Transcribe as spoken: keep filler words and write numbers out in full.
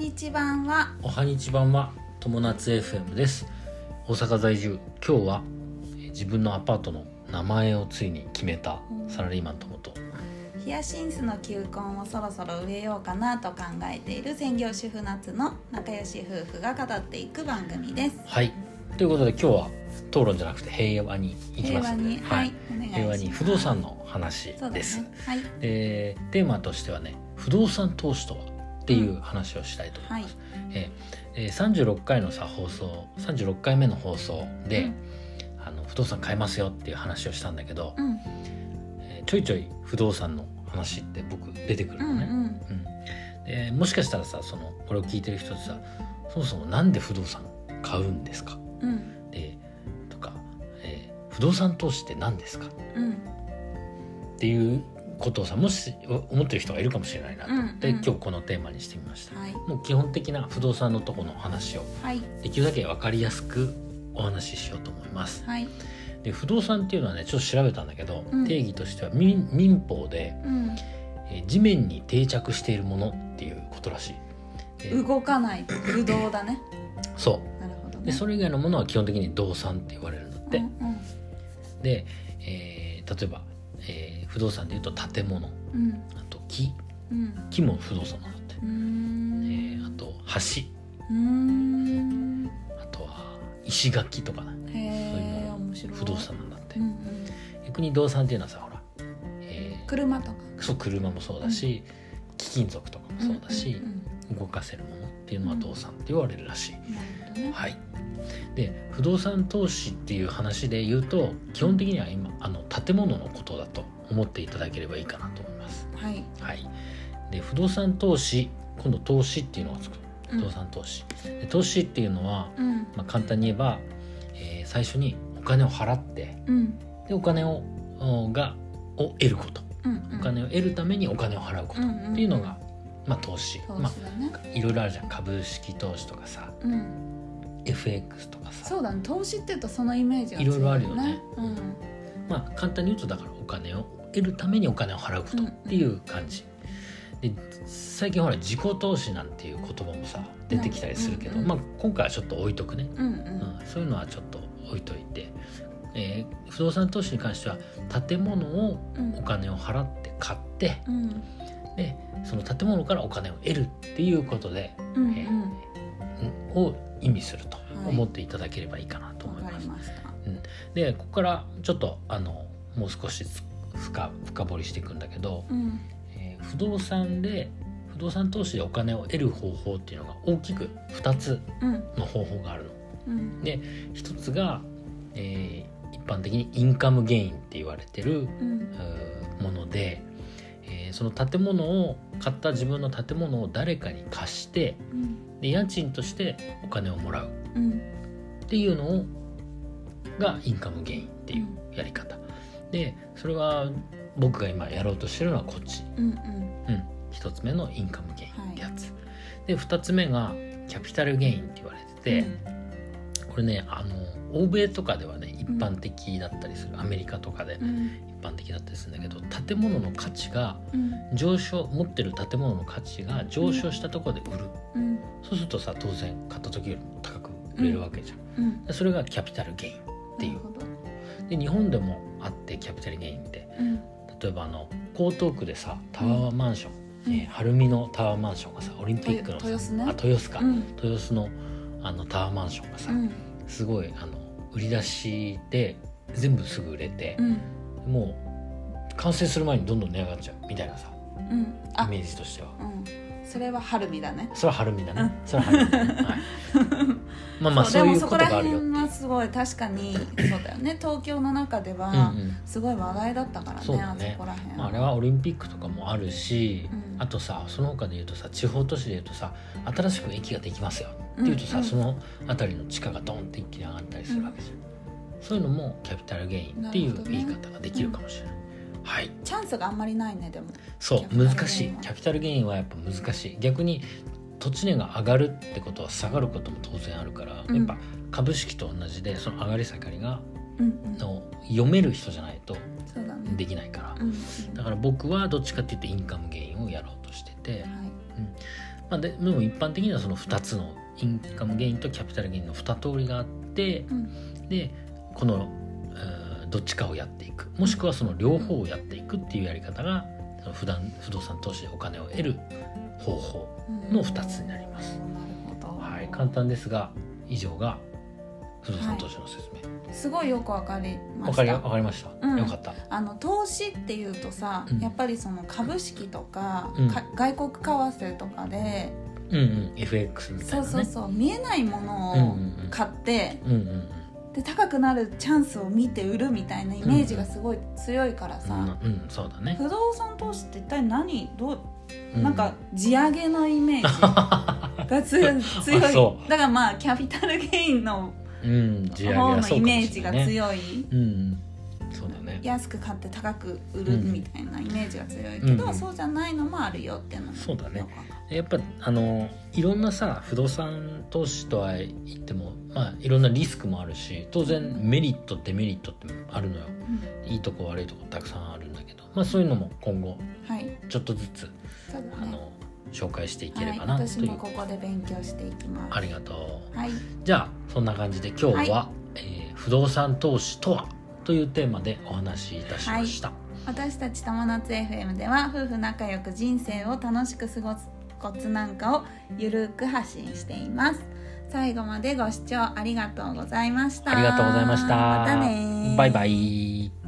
にち版はおはにち版は友達 エフエム です。大阪在住。今日は自分のアパートの名前をついに決めたサラリーマン友と、 ヒヤシンスの球根をそろそろ植えようかなと考えている専業主婦夏の仲良し夫婦が語っていく番組です。 はい、ということで今日は討論じゃなくて平和に行きますので、 平和に、はい、お願いします。 平和に不動産の話です。 そうだね、はい。 でテーマとしてはね、不動産投資とはっていう話をしたいと思います。うんはい、えー、さんじゅうろっかいのさ放送さんじゅうろっかいめの放送で、うん、あの不動産買えますよっていう話をしたんだけど、うんえー、ちょいちょい不動産の話って僕出てくるのね。うんうんうん、でもしかしたらさ、そのこれを聞いてる人ってさ、そもそもなんで不動産買うんですか、うん、でとか、えー、不動産投資って何ですか、うん、っていうことをさ、もし思ってる人がいるかもしれないなと思って、うんうん、今日このテーマにしてみました。はい、もう基本的な不動産のとこの話をできるだけ分かりやすくお話ししようと思います。はい、で不動産っていうのはね、ちょっと調べたんだけど、うん、定義としては 民, 民法で、うんえー、地面に定着しているものっていうことらしい。 えー、動かない不動だね。 そう。なるほどね。でそれ以外のものは基本的に動産って言われるんだって。うんうん、で、えー、例えばえー、不動産でいうと建物、うん、あと木、うん、木も不動産なんだって。うーん、えー、あと橋、うーん、あとは石垣とかね、そういうのも不動産なんだって。うんうん、逆に動産っていうのはさ、ほら、 えー、車とか、 そう車もそうだし、うん、貴金属とかもそうだし、うんうんうん、動かせるものっていうのは動産って言われるらしい。うん、なるほどね。はい。で不動産投資っていう話で言うと、基本的には今あの建物のことだと思っていただければいいかなと思います。はい、はい、で不動産投資、今度投資っていうのがつく。不動産投資、うん、で投資っていうのは、うんまあ、簡単に言えば、えー、最初にお金を払って、うん、でお金をがを得ること、うんうん、お金を得るためにお金を払うことっていうのが、うんうんうんまあ、投資。投資だね。まあ、いろいろあるじゃん。株式投資とかさ、うんエフエックス とかさ。そうだね、 投資って言うとそのイメージが強いよね。 いろいろあるよね。うん、まあ簡単に言うと、だからお金を得るためにお金を払うことっていう感じ、うんうん、で最近ほら自己投資なんていう言葉もさ出てきたりするけど、うんうんまあ、今回はちょっと置いとくね、うんうんうん、そういうのはちょっと置いといて、えー、不動産投資に関しては建物をお金を払って買って、うん、でその建物からお金を得るっていうことで、うんうんえー、を意味すると思っていただければいいかなと思います。はい、わかりました。うん、でここからちょっとあのもう少し深, 深掘りしていくんだけど、うんえー、不動産で不動産投資でお金を得る方法っていうのが大きくふたつの方法があるの。うん、でひとつが、えー、一般的にインカムゲインって言われてる、うん、もので、えー、その建物を買った自分の建物を誰かに貸して、うん、で家賃としてお金をもらうっていうのをがインカムゲインっていうやり方、うん、でそれは僕が今やろうとしてるのはこっち、うんうんうん、ひとつめのインカムゲインってやつ、はい、でふたつめがキャピタルゲインって言われてて、うん、これねあの欧米とかではね一般的だったりする、うん、アメリカとかで一般的だったりするんだけど、建物の価値が上昇、持ってる建物の価値が上昇したところで売る、うん、そうするとさ当然買った時よりも高く売れるわけじゃん、うんうん、それがキャピタルゲインっていう。で日本でもあってキャピタルゲインって、うん、例えばあの江東区でさタワーマンション、うんえー、晴海のタワーマンションがさオリンピックのさ豊洲ね、 あ豊洲か、うん、豊洲のあのタワーマンションがさ、うん、すごいあの売り出しで全部すぐ売れて、うん、もう完成する前にどんどん値上がっちゃうみたいなさ、うん、イメージとしては、うん、 それは晴海だね。 それは晴海だね、うん、それは晴海だね、はいまあまあそういうことがあるよっていう。でもそこら辺はすごい確かにそうだよね。東京の中ではすごい話題だったからね。そうだね。あそこら辺、 まあ、あれはオリンピックとかもあるし、うん、あとさその他で言うとさ地方都市で言うとさ新しく駅ができますよっていうとさ、うんうん、その辺りの地価がドンって一気に上がったりするわけじゃん、うん、そういうのもキャピタルゲインっていう言い方ができるかもしれない、うん、はい。 チャンスがあんまりないね。でもそう難しい。キャピタルゲインはやっぱ難しい。逆に土地値が上がるってことは下がることも当然あるから、うん、やっぱ株式と同じでその上がり下がりが、うんうん、の読める人じゃないとできないから、うんうん、だから僕はどっちかっていうとインカムゲインをやろうとしてて、はいうんままあ、で, でも一般的にはそのふたつのインカムゲインとキャピタルゲインのに通りがあって、うん、でこのどっちかをやっていく、もしくはその両方をやっていくっていうやり方が普段不動産投資でお金を得る方法のふたつになります、うん、なるほど、はい、簡単ですが以上が不動産投資の説明、 はい、すごいよくわかりました。 わかり、わかりました、うん、よかった。 あの投資っていうとさ、うん、やっぱりその株式とか、うん、か外国為替とかで、 うんうん、エフエックス みたいなね、 そうそうそう、見えないものを買って、うんうんうん、で高くなるチャンスを見て売るみたいなイメージがすごい強いからさ、 うんうんうん、そうだね。 不動産投資って一体何どう、うん、なんか地上げのイメージが強い強いだからまあキャピタルゲインの方のイメージが強い、うん、そうだね、安く買って高く売るみたいなイメージが強いけど、うん、そうじゃないのもあるよっていうのも、 そうだね。やっぱあのいろんなさ不動産投資とは言っても、まあ、いろんなリスクもあるし、当然メリットデメリットってあるのよ、うん、いいとこ悪いとこたくさんあるんだけど、まあ、そういうのも今後ちょっとずつ、はい、あの紹介していければなという、はい、 私もここで勉強していきます。 ありがとう、 はい、 じゃあそんな感じで今日は、はい、えー、不動産投資とはというテーマでお話しいたしました、はい、 私たち友達 エフエム では夫婦仲良く人生を楽しく過ごすコツなんかをゆるく発信しています。最後までご視聴ありがとうございました。 ありがとうございました。 またね。 バイバイ。